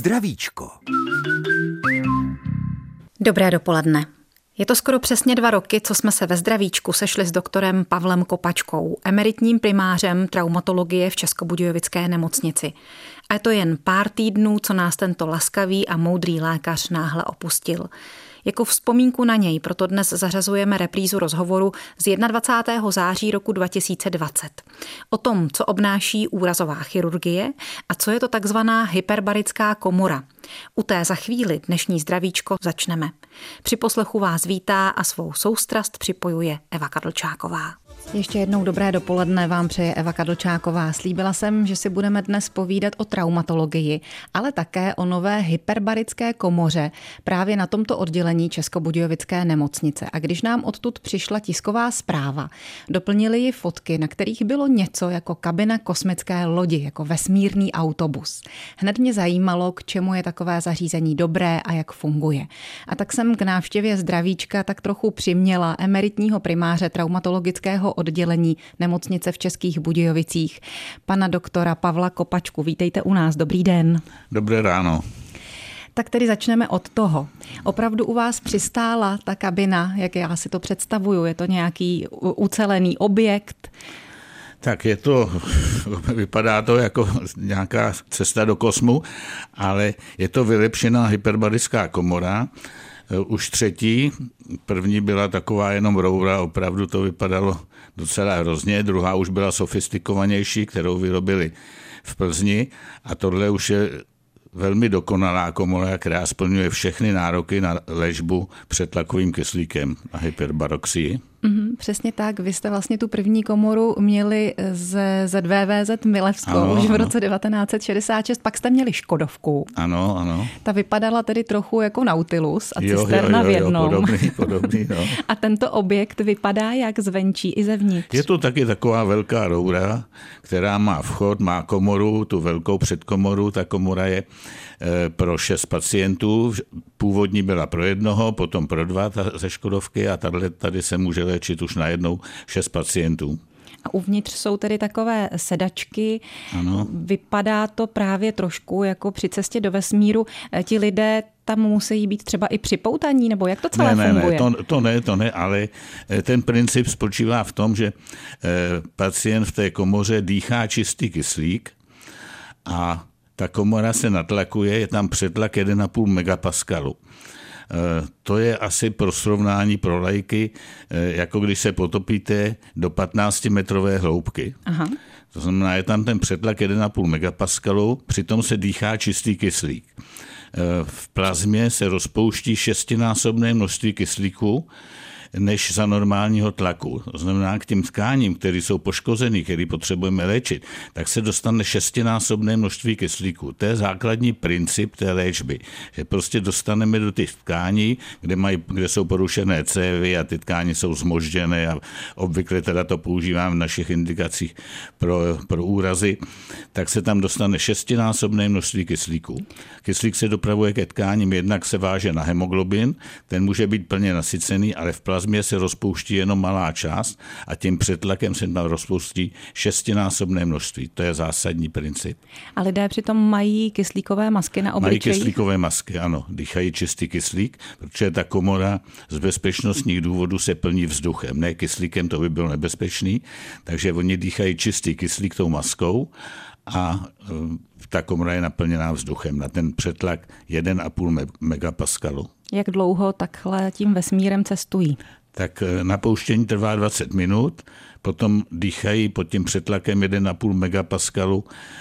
Zdravíčko. Dobré dopoledne. Je to skoro přesně 2 roky, co jsme se ve Zdravíčku sešli s doktorem Pavlem Kopačkou, emeritním primářem traumatologie v Českobudějovické nemocnici. A je to jen pár týdnů, co nás tento laskavý a moudrý lékař náhle opustil. Jako vzpomínku na něj proto dnes zařazujeme reprízu rozhovoru z 21. září roku 2020. O tom, co obnáší úrazová chirurgie a co je to takzvaná hyperbarická komora. U té za chvíli dnešní Zdravíčko začneme. Při poslechu vás vítá a svou soustrast připojuje Eva Kadlčáková. Ještě jednou dobré dopoledne vám přeje Eva Kadlčáková. Slíbila jsem, že si budeme dnes povídat o traumatologii, ale také o nové hyperbarické komoře právě na tomto oddělení Českobudějovické nemocnice. A když nám odtud přišla tisková zpráva, doplnili ji fotky, na kterých bylo něco jako kabina kosmické lodi, jako vesmírný autobus. Hned mě zajímalo, k čemu je takové zařízení dobré a jak funguje. A tak jsem k návštěvě Zdravíčka tak trochu přiměla emeritního primáře traumatologického oddělení nemocnice v Českých Budějovicích, pana doktora Pavla Kopačku. Vítejte u nás. Dobrý den. Dobré ráno. Tak tedy začneme od toho. Opravdu u vás přistála ta kabina, jak já si to představuju? Je to nějaký ucelený objekt? Tak vypadá to jako nějaká cesta do kosmu, ale je to vylepšená hyperbarická komora, už 3. První byla taková jenom roura, opravdu to vypadalo docela hrozně, druhá už byla sofistikovanější, kterou vyrobili v Plzni, a tohle už je velmi dokonalá komora, která splňuje všechny nároky na léčbu přetlakovým kyslíkem a hyperbaroxii. Přesně tak. Vy jste vlastně tu první komoru měli z ZVVZ Milevsko už v roce 1966, pak jste měli Škodovku. Ano. Ta vypadala tedy trochu jako Nautilus a cisterna v jednom. Podobný. A tento objekt vypadá jak zvenčí i zevnitř. Je to taky taková velká roura, která má vchod, má komoru, tu velkou předkomoru. Ta komora je pro 6 pacientů. Původní byla pro 1, potom pro 2 ze Škodovky a tady se může léčit už najednou 6 pacientů. A uvnitř jsou tedy takové sedačky. Ano. Vypadá to právě trošku jako při cestě do vesmíru. Ti lidé tam musí být třeba i připoutaní, nebo jak to celé funguje? To ne, ale ten princip spočívá v tom, že pacient v té komoře dýchá čistý kyslík a ta komora se natlakuje, je tam přetlak 1,5 megapascalu. To je asi pro srovnání pro laiky, jako když se potopíte do 15-metrové hloubky. Aha. To znamená, je tam ten přetlak 1,5 megapascalu, přitom se dýchá čistý kyslík. V plazmě se rozpouští 6násobné množství kyslíku než za normálního tlaku. To znamená, k těm tkáním, které jsou poškozený, které potřebujeme léčit, tak se dostane 6násobné množství kyslíku. To je základní princip té léčby, že prostě dostaneme do těch tkání, kde jsou porušené cévy a ty tkáně jsou zmožděné a obvykle teda to používám v našich indikacích pro úrazy, tak se tam dostane 6násobné množství kyslíku. Kyslík se dopravuje ke tkáním, jednak se váže na hemoglobin, ten může být plně nasycený, ale v plazmě se rozpouští jenom malá část a tím přetlakem se tam rozpouští 6násobné množství. To je zásadní princip. A lidé přitom mají kyslíkové masky na obličeji? Mají kyslíkové masky, ano. Dýchají čistý kyslík, protože ta komora z bezpečnostních důvodů se plní vzduchem. Ne kyslíkem, to by bylo nebezpečný. Takže oni dýchají čistý kyslík tou maskou a ta komora je naplněná vzduchem na ten přetlak 1,5 megapascalu. Jak dlouho takhle tím vesmírem cestují? Tak napouštění trvá 20 minut, potom dýchají pod tím přetlakem 1,5 megapascalu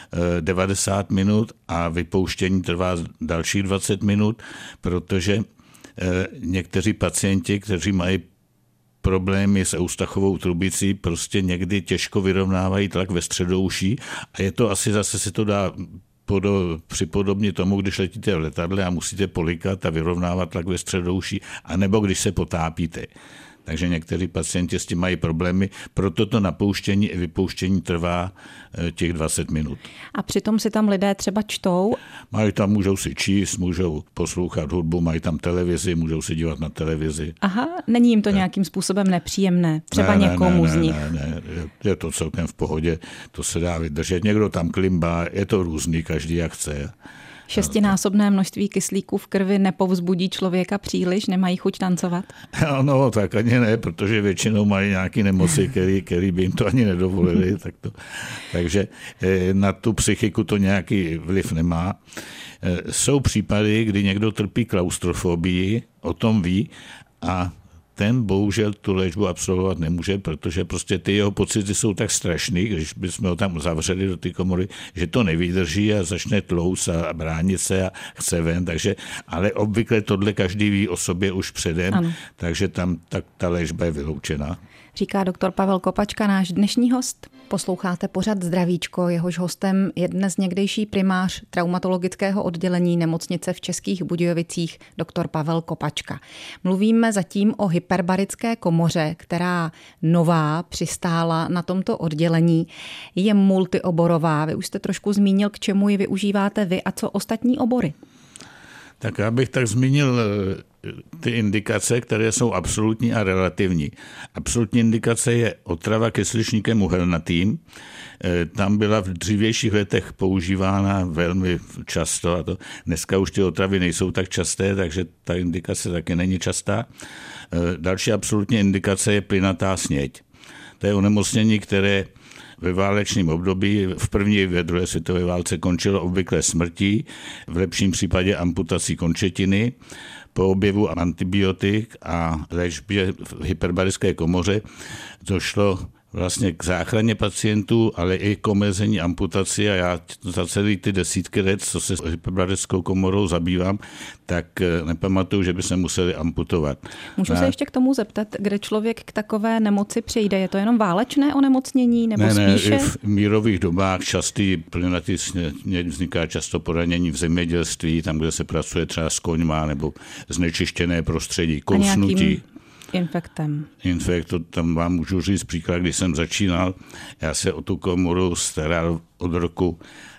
90 minut a vypouštění trvá dalších 20 minut, protože někteří pacienti, kteří mají problémy s eustachovou trubicí, prostě někdy těžko vyrovnávají tlak ve středouší a je to asi zase se to dá připodobně tomu, když letíte v letadle a musíte polikat a vyrovnávat tlak ve středouší, anebo když se potápíte. Takže někteří pacienti s tím mají problémy, proto to napouštění i vypouštění trvá těch 20 minut. A přitom si tam lidé třeba čtou? Můžou si číst, můžou poslouchat hudbu, mají tam televizi, můžou si dívat na televizi. Aha, není jim to nějakým způsobem nepříjemné? Třeba někomu z nich? Ne, je to celkem v pohodě, to se dá vydržet. Někdo tam klimbá, je to různý, každý jak chce. 6násobné množství kyslíku v krvi nepovzbudí člověka příliš, nemají chuť tancovat? No, tak ani ne, protože většinou mají nějaké nemoci, který by jim to ani nedovolili. Takže na tu psychiku to nějaký vliv nemá. Jsou případy, kdy někdo trpí klaustrofobii, o tom ví, a ten bohužel tu léčbu absolvovat nemůže, protože prostě ty jeho pocity jsou tak strašný, když bychom ho tam zavřeli do ty komory, že to nevydrží a začne tloust a bránit se a chce ven, ale obvykle tohle každý ví o sobě už předem, ano. Takže tam ta léčba je vyloučená. Říká doktor Pavel Kopačka, náš dnešní host. Posloucháte pořad Zdravíčko, jehož hostem je dnes někdejší primář traumatologického oddělení nemocnice v Českých Budějovicích, doktor Pavel Kopačka. Mluvíme zatím o hyperbarické komoře, která nová přistála na tomto oddělení. Je multioborová. Vy už jste trošku zmínil, k čemu ji využíváte vy a co ostatní obory. Tak já bych tak zmínil ty indikace, které jsou absolutní a relativní. Absolutní indikace je otrava kysličníkem uhelnatým. Tam byla v dřívějších letech používána velmi často. A to dneska už ty otravy nejsou tak časté, takže ta indikace taky není častá. Další absolutní indikace je plynatá sněď. To je onemocnění, které ve válečném období v první i ve druhé světové válce končilo obvykle smrtí, v lepším případě amputací končetiny. Po objevu antibiotik a léčbě v hyperbarické komoře došlo vlastně k záchraně pacientů, ale i k omezení amputací, a já za celý ty desítky let, co se s hyperbarickou komorou zabývám, tak nepamatuju, že by se museli amputovat. Můžu se ještě k tomu zeptat, kde člověk k takové nemoci přijde? Je to jenom válečné onemocnění nebo spíše? Ne, v mírových dobách častý plynatý sněď vzniká často poranění v zemědělství, tam, kde se pracuje třeba s koňma, nebo znečištěné prostředí, kousnutí. Infekt, tam vám můžu říct příklad, když jsem začínal. Já se o tu komoru staral od roku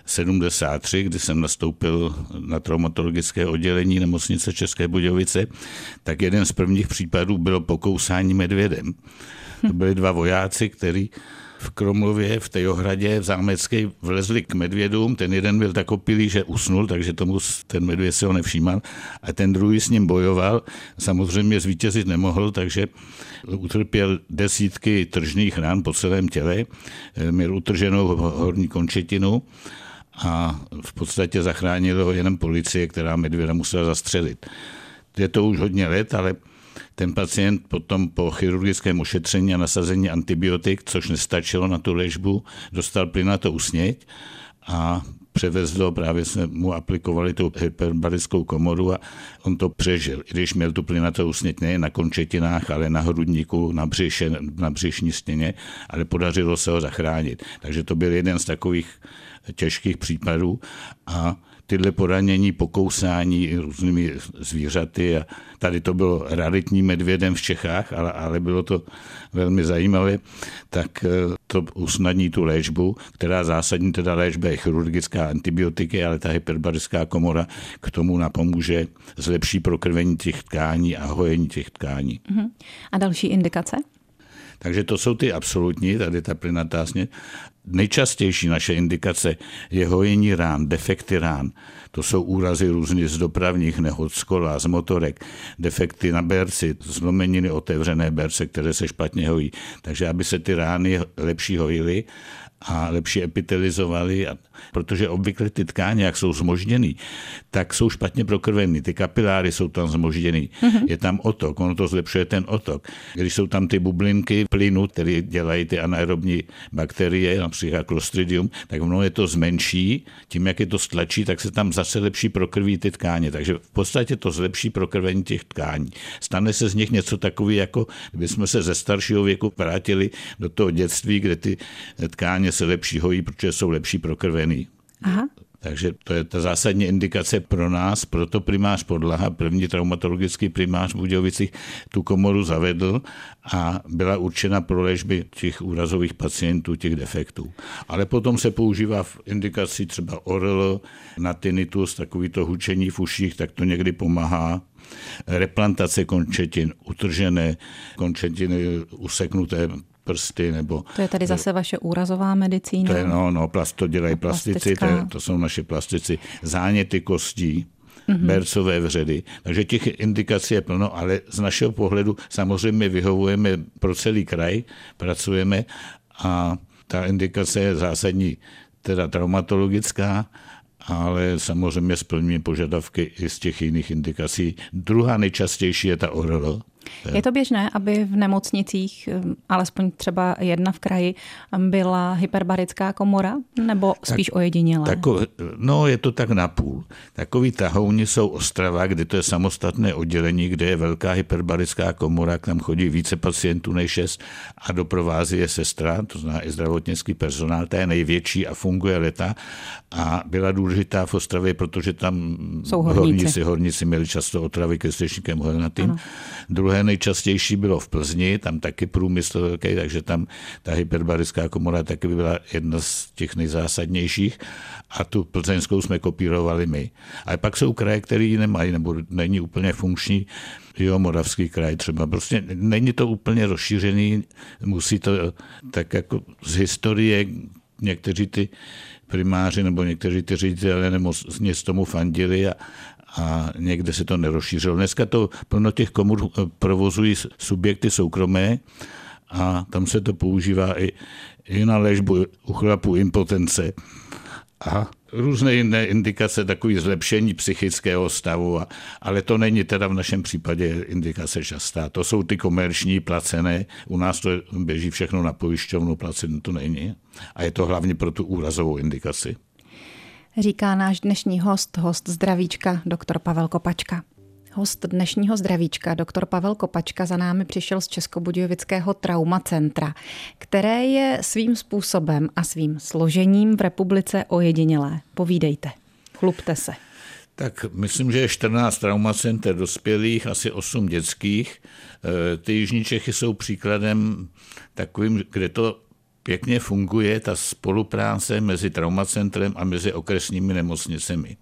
73, kdy jsem nastoupil na traumatologické oddělení nemocnice České Budějovice, tak jeden z prvních případů bylo pokousání medvědem. To byli dva vojáci, kteří v Kromlově, v té ohradě v Zámecké vlezli k medvědům. Ten jeden byl tak opilý, že usnul, takže ten medvěd se ho nevšímal. A ten druhý s ním bojoval. Samozřejmě zvítězit nemohl, takže utrpěl desítky tržních ran po celém těle. Měl utrženou horní končetinu a v podstatě zachránila ho jenom policie, která medvěda musela zastřelit. Je to už hodně let, ale ten pacient potom po chirurgickém ošetření a nasazení antibiotik, což nestačilo na tu léčbu, dostal plynatou sněď a převezlo, právě jsme mu aplikovali tu hyperbarickou komoru a on to přežil. I když měl tu plynatou sněď nejen na končetinách, ale na hrudníku, na břišní stěně, ale podařilo se ho zachránit. Takže to byl jeden z takových těžkých případů a tyhle poranění, pokousání různými zvířaty, a tady to bylo raritním medvědem v Čechách, ale bylo to velmi zajímavé, tak to usnadní tu léčbu, která zásadní teda léčba je chirurgická, antibiotiky, ale ta hyperbarická komora k tomu napomůže, zlepší prokrvení těch tkání a hojení těch tkání. A další indikace? Takže to jsou ty absolutní, tady ta plynatá sněď. Nejčastější naše indikace je hojení rán, defekty rán. To jsou úrazy různých z dopravních nehod, z kola, z motorek, defekty na berci, zlomeniny otevřené berce, které se špatně hojí. Takže aby se ty rány lepší hojily a lepší epitelizovaly, protože obvykle ty tkáně, jak jsou zmožděný, tak jsou špatně prokrvený. Ty kapiláry jsou tam zmožděný. Je tam otok, ono to zlepšuje ten otok. Když jsou tam ty bublinky plynu, které dělají ty anaerobní bakterie, například Clostridium, tak ono je to zmenší. Tím, jak je to stlačí, tak se tam zase lepší prokrví ty tkáně. Takže v podstatě to zlepší prokrvení těch tkání. Stane se z nich něco takového, jako kdybychom se ze staršího věku vrátili do toho dětství, kde ty tkáně se lepší hojí, protože jsou lepší prokrvený. Aha. Takže to je ta zásadní indikace pro nás, proto primář Podlaha, první traumatologický primář v Budějovicích, tu komoru zavedl a byla určena pro léčby těch úrazových pacientů, těch defektů. Ale potom se používá v indikaci třeba ORL, na tinnitus, takový to hučení v uších, tak to někdy pomáhá. Replantace končetin, utržené končetiny, useknuté prsty. Nebo to je tady zase vaše úrazová medicína? To je, to dělají plastici, to jsou naši plastici. Záněty kostí, bercové vředy. Takže těch indikací je plno, ale z našeho pohledu samozřejmě vyhovujeme pro celý kraj, pracujeme a ta indikace je zásadní, teda traumatologická, ale samozřejmě splňuje požadavky i z těch jiných indikací. Druhá nejčastější je ta ORL. Je to běžné, aby v nemocnicích, alespoň třeba jedna v kraji, byla hyperbarická komora, nebo spíš ojedinělé? Je to tak napůl. Takový tahouni jsou Ostrava, kde to je samostatné oddělení, kde je velká hyperbarická komora, tam chodí více pacientů než 6 a doprovází je sestra, to znamená i zdravotnický personál, ta je největší a funguje leta a byla důležitá v Ostravě, protože tam horníci měli často otravy kyslečníkem hornatým. Druhé nejčastější bylo v Plzni, tam taky průmysl velký, takže tam ta hyperbarická komora taky byla jedna z těch nejzásadnějších a tu plzeňskou jsme kopírovali my. Ale pak jsou kraje, který nemají, nebo není úplně funkční, Moravský kraj třeba. Prostě není to úplně rozšířený, musí to tak jako z historie někteří ty primáři nebo někteří ty ředitelé nemocnic tomu fandili a někde se to nerozšířilo. Dneska to plno těch komor provozují subjekty soukromé a tam se to používá i na léčbu u chlapů impotence a různé jiné indikace, takový zlepšení psychického stavu, ale to není teda v našem případě indikace častá. To jsou ty komerční placené, u nás to běží všechno na pojišťovnu, placené to není a je to hlavně pro tu úrazovou indikaci. Říká náš dnešní host zdravíčka, doktor Pavel Kopačka. Host dnešního zdravíčka, doktor Pavel Kopačka, za námi přišel z Českobudějovického traumacentra, které je svým způsobem a svým složením v republice ojedinělé. Povídejte, chlubte se. Tak myslím, že je 14 traumacenter dospělých, asi 8 dětských. Ty jižní Čechy jsou příkladem takovým, kde to pěkně funguje, ta spolupráce mezi traumacentrem a mezi okresními nemocnicemi.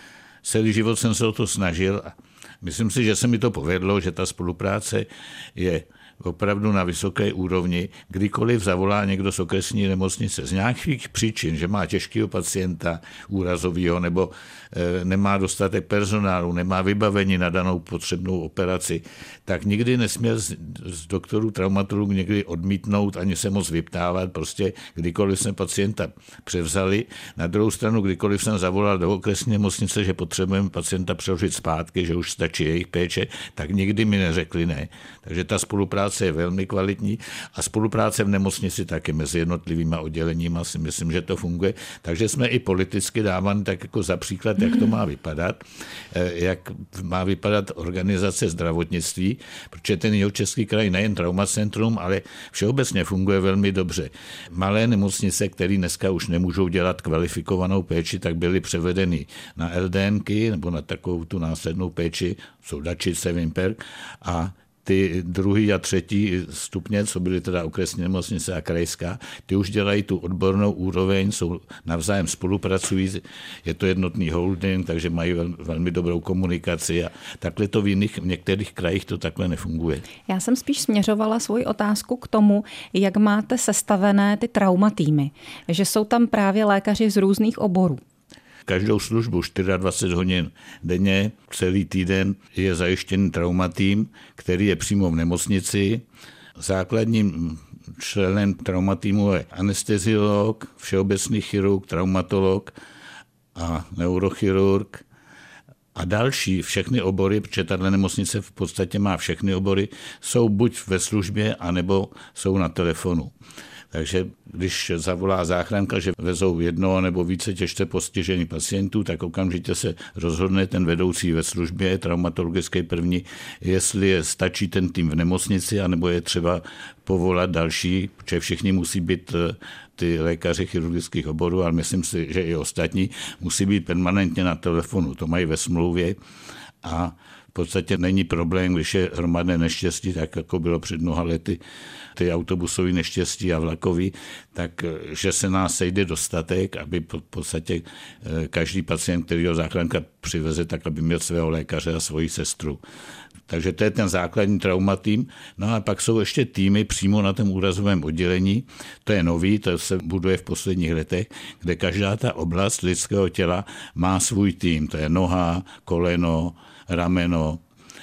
Celý život jsem se o to snažil a myslím si, že se mi to povedlo, že ta spolupráce je opravdu na vysoké úrovni. Kdykoliv zavolá někdo z okresní nemocnice z nějakých příčin, že má těžkého pacienta úrazového nebo nemá dostatek personálu, nemá vybavení na danou potřebnou operaci, tak nikdy nesměl z doktorů traumatologů někdy odmítnout ani se moc vyptávat. Prostě kdykoliv jsme pacienta převzali. Na druhou stranu, kdykoliv jsem zavolal do okresní nemocnice, že potřebujeme pacienta přeložit zpátky, že už stačí jejich péče, tak nikdy mi neřekli ne. Takže ta spolupráce je velmi kvalitní a spolupráce v nemocnici taky mezi jednotlivými odděleními, si myslím, že to funguje. Takže jsme i politicky dáváni tak jako za příklad, jak to má vypadat, jak má vypadat organizace zdravotnictví, protože ten Jihočeský kraj nejen traumacentrum, ale všeobecně funguje velmi dobře. Malé nemocnice, které dneska už nemůžou dělat kvalifikovanou péči, tak byly převedeny na LDNky nebo na takovou tu následnou péči, jsou Dačice, Vimperk a ty druhý a třetí stupně, co byly teda okresní nemocnice a krajská, ty už dělají tu odbornou úroveň, jsou navzájem spolupracují, je to jednotný holding, takže mají velmi dobrou komunikaci a takhle to v některých krajích to takhle nefunguje. Já jsem spíš směřovala svoji otázku k tomu, jak máte sestavené ty traumatýmy, že jsou tam právě lékaři z různých oborů. Každou službu 24 hodin denně, celý týden je zajištěný traumatým, který je přímo v nemocnici. Základním členem traumatýmu je anesteziolog, všeobecný chirurg, traumatolog a neurochirurg a další všechny obory, protože tato nemocnice v podstatě má všechny obory, jsou buď ve službě, anebo jsou na telefonu. Takže když zavolá záchranka, že vezou jednoho nebo více těžce postižených pacientů, tak okamžitě se rozhodne ten vedoucí ve službě, traumatologické první, jestli stačí ten tým v nemocnici, anebo je třeba povolat další, protože všichni musí být ty lékaři chirurgických oborů, ale myslím si, že i ostatní musí být permanentně na telefonu. To mají ve smlouvě a v podstatě není problém, když je hromadné neštěstí, tak jako bylo před mnoha lety ty autobusové neštěstí a vlakový, tak že se nás sejde dostatek, aby v podstatě každý pacient, který ho záchranka přiveze, tak aby měl svého lékaře a svoji sestru. Takže to je ten základní traumatým. No a pak jsou ještě týmy přímo na tom úrazovém oddělení. To je nový, to se buduje v posledních letech, kde každá ta oblast lidského těla má svůj tým. To je noha, koleno, rameno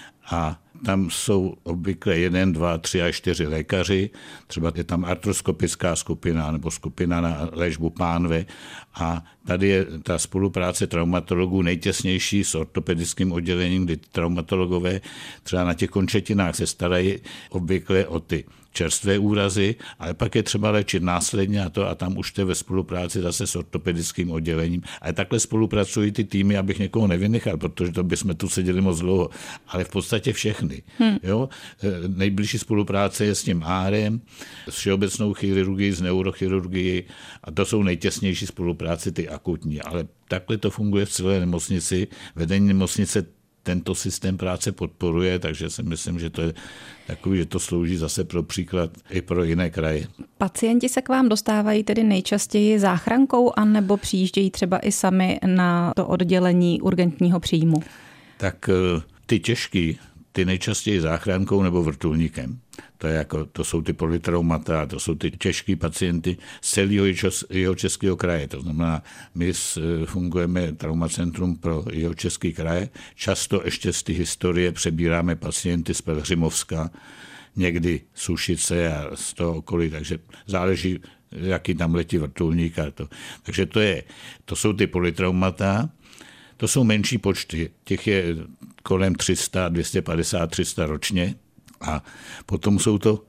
a tam jsou obvykle 1, 2, 3 a 4 lékaři, třeba je tam artroskopická skupina nebo skupina na léčbu pánve a tady je ta spolupráce traumatologů nejtěsnější s ortopedickým oddělením, kdy traumatologové třeba na těch končetinách se starají obvykle o ty čerstvé úrazy, ale pak je třeba léčit následně a tam už to je ve spolupráci zase s ortopedickým oddělením. A takhle spolupracují ty týmy, abych někoho nevynechal, protože to bychom tu seděli moc dlouho, ale v podstatě všechny. Jo? Nejbližší spolupráce je s tím ARem, s všeobecnou chirurgií, s neurochirurgií a to jsou nejtěsnější spolupráce, ty akutní, ale takhle to funguje v celé nemocnici. Vedení nemocnice tento systém práce podporuje, takže si myslím, že to je takový, že to slouží zase pro příklad i pro jiné kraje. Pacienti se k vám dostávají tedy nejčastěji záchrankou, anebo přijíždějí třeba i sami na to oddělení urgentního příjmu? Tak ty těžký, ty nejčastěji záchrankou nebo vrtulníkem. To jsou ty polytraumata, to jsou ty těžký pacienty z celého Jihočeského kraje. To znamená, my fungujeme traumacentrum pro Jihočeský kraje. Často ještě z té historie přebíráme pacienty z Pelhřimovska, někdy Sušice a z toho okolí, takže záleží, jaký tam letí vrtulník. Takže to jsou ty polytraumata. To jsou menší počty, těch je kolem 300, 250, 300 ročně a potom jsou to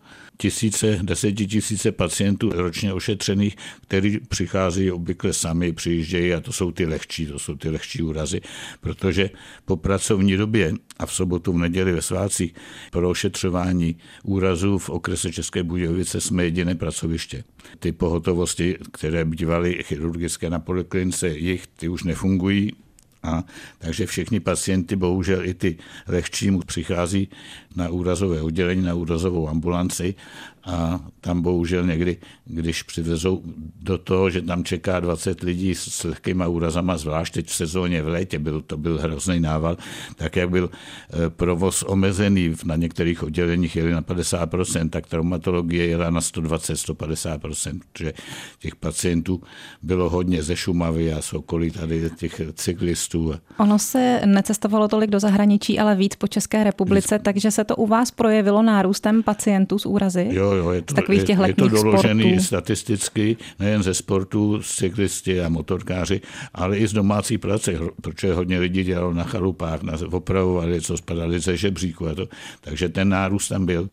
desetitisíce pacientů ročně ošetřených, kteří přichází obvykle sami, přijíždějí a to jsou ty lehčí úrazy, protože po pracovní době a v sobotu, v neděli, ve svátcích pro ošetřování úrazů v okrese České Budějovice jsme jediné pracoviště. Ty pohotovosti, které bývaly chirurgické na poliklinice, ty už nefungují. Takže všichni pacienti, bohužel i ty lehčí, přichází na úrazové oddělení, na úrazovou ambulanci a tam bohužel někdy, když přivezou do toho, že tam čeká 20 lidí s lehkýma úrazama, zvlášť teď v sezóně v létě, to byl hrozný nával, tak jak byl provoz omezený, na některých odděleních jeli na 50%, tak traumatologie jela na 120-150%, protože těch pacientů bylo hodně ze Šumavy a z okolí tady těch cyklistů. Ono se necestovalo tolik do zahraničí, ale víc po České republice, takže se to u vás projevilo nárůstem pacientů z úrazy? Jo, je to doložený sportů. Statisticky, nejen ze sportu, z cyklisti a motorkáři, ale i z domácí práce, protože hodně lidí dělalo na chalupách, opravovali, co spadali ze žebříku a to. Takže ten nárůst tam byl.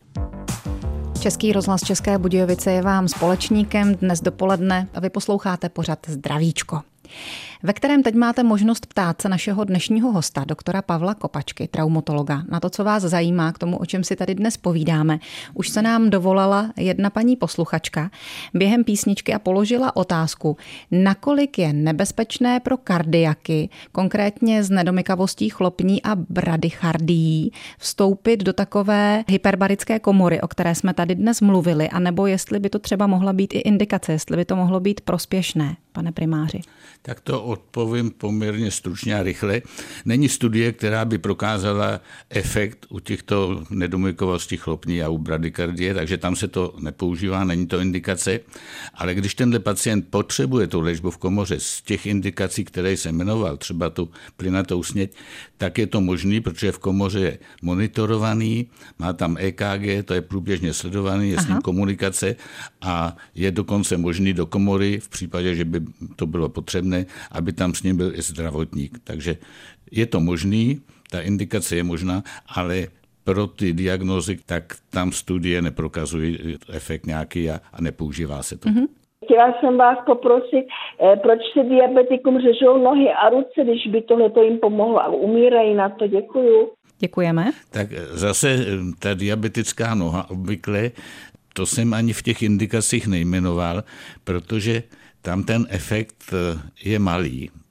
Český rozhlas České Budějovice je vám společníkem dnes dopoledne a vy posloucháte pořad Zdravíčko, ve kterém teď máte možnost ptát se našeho dnešního hosta, doktora Pavla Kopačky, traumatologa, na to, co vás zajímá, k tomu, o čem si tady dnes povídáme. Už se nám dovolala jedna paní posluchačka během písničky a položila otázku, nakolik je nebezpečné pro kardiaky, konkrétně s nedomykavostí chlopní a bradykardií, vstoupit do takové hyperbarické komory, o které jsme tady dnes mluvili, anebo jestli by to třeba mohla být i indikace, jestli by to mohlo být prospěšné, pane primáři. Tak to odpovím poměrně stručně a rychle. Není studie, která by prokázala efekt u těchto nedomykovostí chlopní a u bradykardie, takže tam se to nepoužívá, není to indikace. Ale když tenhle pacient potřebuje tu léčbu v komoře z těch indikací, které jsem jmenoval, třeba tu plynatou sněď, tak je to možný, protože v komoře je monitorovaný, má tam EKG, to je průběžně sledovaný, je s ním komunikace a je dokonce možný do komory v případě, že by to bylo potřebné, aby tam s ním byl i zdravotník. Takže je to možný, ta indikace je možná, ale pro ty diagnózy, tak tam studie neprokazují efekt nějaký a nepoužívá se to. Chtěla jsem vás poprosit, proč se diabetikům řežou nohy a ruce, když by tohleto jim pomohlo a umírají na to. Děkuju. Děkujeme. Tak zase ta diabetická noha obvykle, to jsem ani v těch indikacích nejmenoval, protože tam ten efekt je malý.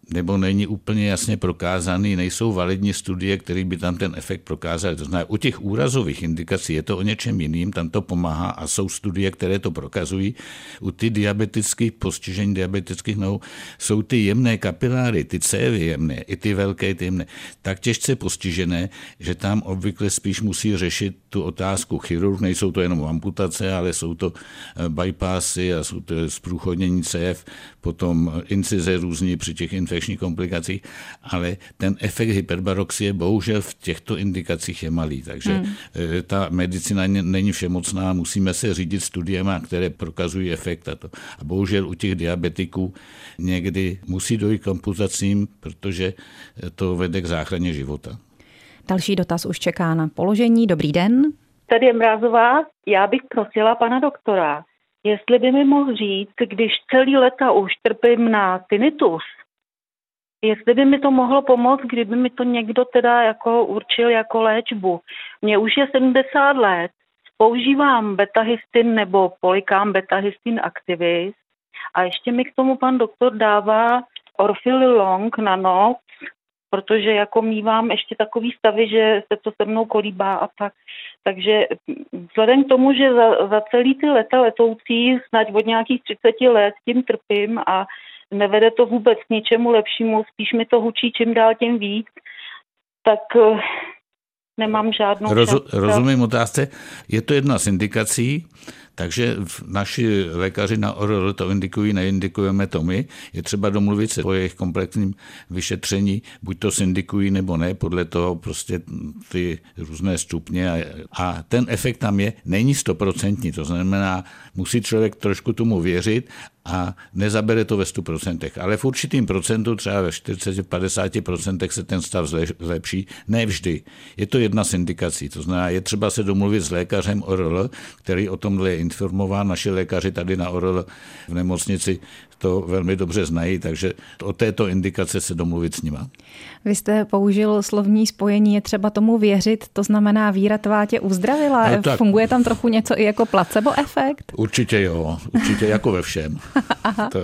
nebo není úplně jasně prokázaný, nejsou validní studie, které by tam ten efekt prokázaly. To znamená, u těch úrazových indikací je to o něčem jiným, tam to pomáhá a jsou studie, které to prokazují. U ty diabetických postižení diabetických nohou jsou ty jemné kapiláry, ty cévy jemné, i ty velké, ty jemné, tak těžce postižené, že tam obvykle spíš musí řešit tu otázku chirurg, nejsou to jenom amputace, ale jsou to bypassy a jsou to zprůchodnění cév, potom incize různý při těch infekčních komplikacích, ale ten efekt hyperbaroxie bohužel v těchto indikacích je malý, takže ta medicína není všemocná, musíme se řídit studiema, které prokazují efekt a bohužel u těch diabetiků někdy musí dojít k amputacím, protože to vede k záchraně života. Další dotaz už čeká na položení. Dobrý den. Tady je Mrázová. Já bych prosila pana doktora, jestli by mi mohl říct, když celý léta už trpím na tinnitus, jestli by mi to mohlo pomoct, kdyby mi to někdo teda jako určil jako léčbu. Mně už je 70 let, používám betahystin nebo polikám betahystin activis a ještě mi k tomu pan doktor dává Orfil Long na noc, protože jako mívám ještě takový stavy, že se to se mnou kolíbá a tak. Takže vzhledem k tomu, že za celý ty leta letoucí, snad od nějakých 30 let tím trpím a nevede to vůbec k ničemu lepšímu, spíš mi to hučí čím dál tím víc, tak nemám žádnou Rozumím otázce. Je to jedna z indikací, takže naši lékaři na ORL to indikují, neindikujeme to my. Je třeba domluvit se o jejich komplexním vyšetření, buď to syndikují nebo ne, podle toho prostě ty různé stupně. A ten efekt tam je, není 100%, to znamená, musí člověk trošku tomu věřit a nezabere to ve 100%, ale v určitým procentu, třeba ve 40-50% se ten stav zlepší, ne vždy. Je to jedna z indikací, to znamená, je třeba se domluvit s lékařem ORL, který o tomhle je informován. Naši lékaři tady na ORL v nemocnici to velmi dobře znají, takže o této indikace se domluvit s nima. Vy jste použil slovní spojení, je třeba tomu věřit, to znamená víra tvá tě uzdravila. No, funguje tam trochu něco i jako placebo efekt? Určitě jo, určitě jako ve všem. To...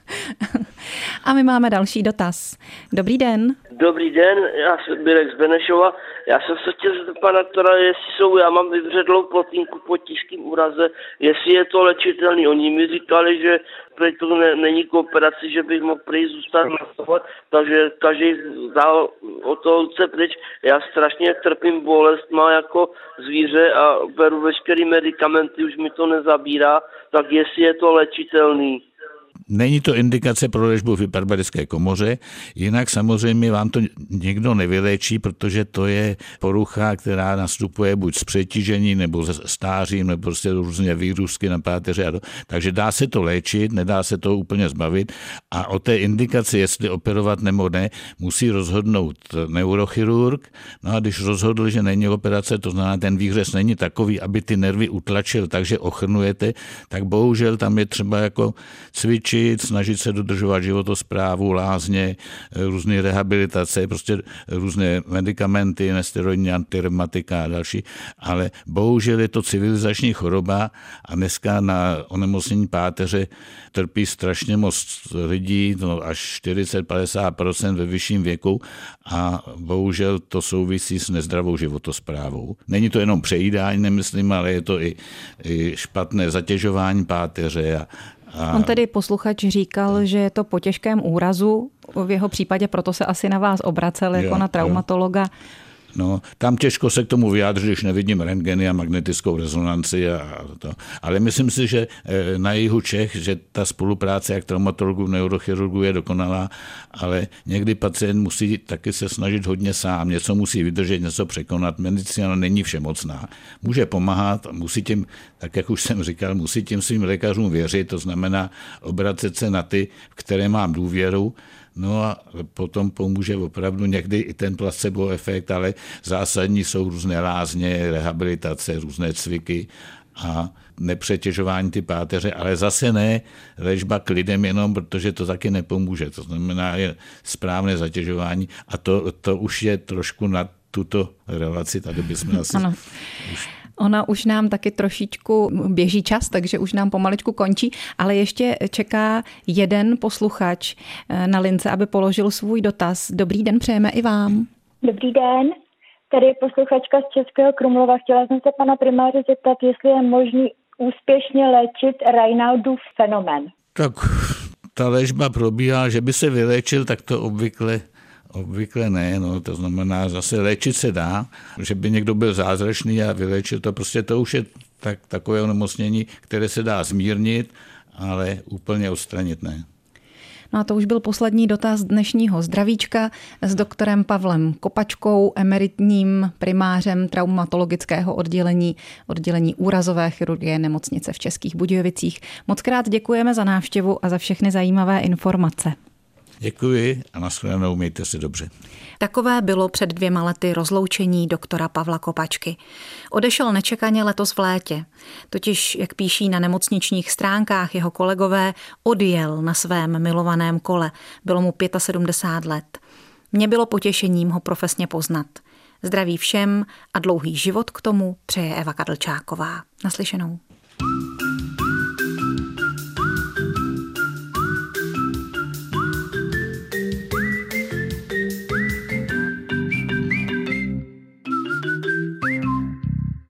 A my máme další dotaz. Dobrý den. Dobrý den, já jsem Birek z Benešova. Já jsem se chtěl zeptat pana doktora, já mám vyvředlou plotínku po těžkým úraze, jestli je to léčitelný. Oni mi říkali, že to není k operaci, že bych mohl prý zůstat nastovat, takže každý dal o to ruce pryč. Já strašně trpím bolestma jako zvíře a beru veškerý medicamenty, už mi to nezabírá, tak jestli je to léčitelný. Není to indikace pro léčbu v hyperbarické komoře, jinak samozřejmě vám to nikdo nevyléčí, protože to je porucha, která nastupuje buď z přetížení nebo ze stářím, nebo prostě různě výrůstky na páteři. Takže dá se to léčit, nedá se to úplně zbavit a o té indikaci, jestli operovat nebo ne, musí rozhodnout neurochirurg. No a když rozhodl, že není operace, to znamená, ten výhřez není takový, aby ty nervy utlačil, takže ochrnujete, tak bohužel tam je třeba jako cvičit, snažit se dodržovat životosprávu, lázně, různé rehabilitace, prostě různé medicamenty, nesteroidní antireumatika a další, ale bohužel je to civilizační choroba a dneska na onemocnění páteře trpí strašně moc lidí, až 40-50% ve vyšším věku a bohužel to souvisí s nezdravou životosprávou. Není to jenom přejídání, nemyslím, ale je to i špatné zatěžování páteře On tedy posluchač říkal, že je to po těžkém úrazu, v jeho případě proto se asi na vás obracel jako na traumatologa. No, tam těžko se k tomu vyjádřit, když nevidím rentgeny a magnetickou rezonanci a to. Ale myslím si, že na jihu Čech, že ta spolupráce jak traumatologů, neurochirurgů je dokonalá, ale někdy pacient musí taky se snažit hodně sám, něco musí vydržet, něco překonat. Medicína není všemocná. Může pomáhat, musí tím, tak jak už jsem říkal, musí tím svým lékařům věřit, to znamená obracet se na ty, v které mám důvěru. No a potom pomůže opravdu někdy i ten placebo efekt, ale zásadní jsou různé lázně, rehabilitace, různé cviky a nepřetěžování ty páteře, ale zase ne léčba k lidem jenom, protože to taky nepomůže. To znamená je správné zatěžování a to už je trošku na tuto relaci, tady bychom asi... Ano. Ona už nám taky trošičku běží čas, takže už nám pomaličku končí, ale ještě čeká jeden posluchač na lince, aby položil svůj dotaz. Dobrý den, přejeme i vám. Dobrý den, tady je posluchačka z Českého Krumlova. Chtěla jsem se pana primáře zeptat, jestli je možný úspěšně léčit Raynaudův fenomén. Tak ta léčba probíhá, že by se vyléčil, tak to obvykle ne, no, to znamená, zase léčit se dá, že by někdo byl zázračný a vyléčil to, prostě to už je takové onemocnění, které se dá zmírnit, ale úplně odstranit ne. No a to už byl poslední dotaz dnešního zdravíčka s doktorem Pavlem Kopačkou, emeritním primářem traumatologického oddělení úrazové chirurgie nemocnice v Českých Budějovicích. Moc krát děkujeme za návštěvu a za všechny zajímavé informace. Děkuji a nashledanou, mějte se dobře. Takové bylo před 2 lety rozloučení doktora Pavla Kopačky. Odešel nečekaně letos v létě. Totiž, jak píší na nemocničních stránkách jeho kolegové, odjel na svém milovaném kole. Bylo mu 75 let. Mně bylo potěšením ho profesně poznat. Zdraví všem a dlouhý život k tomu přeje Eva Kadlčáková. Naslyšenou.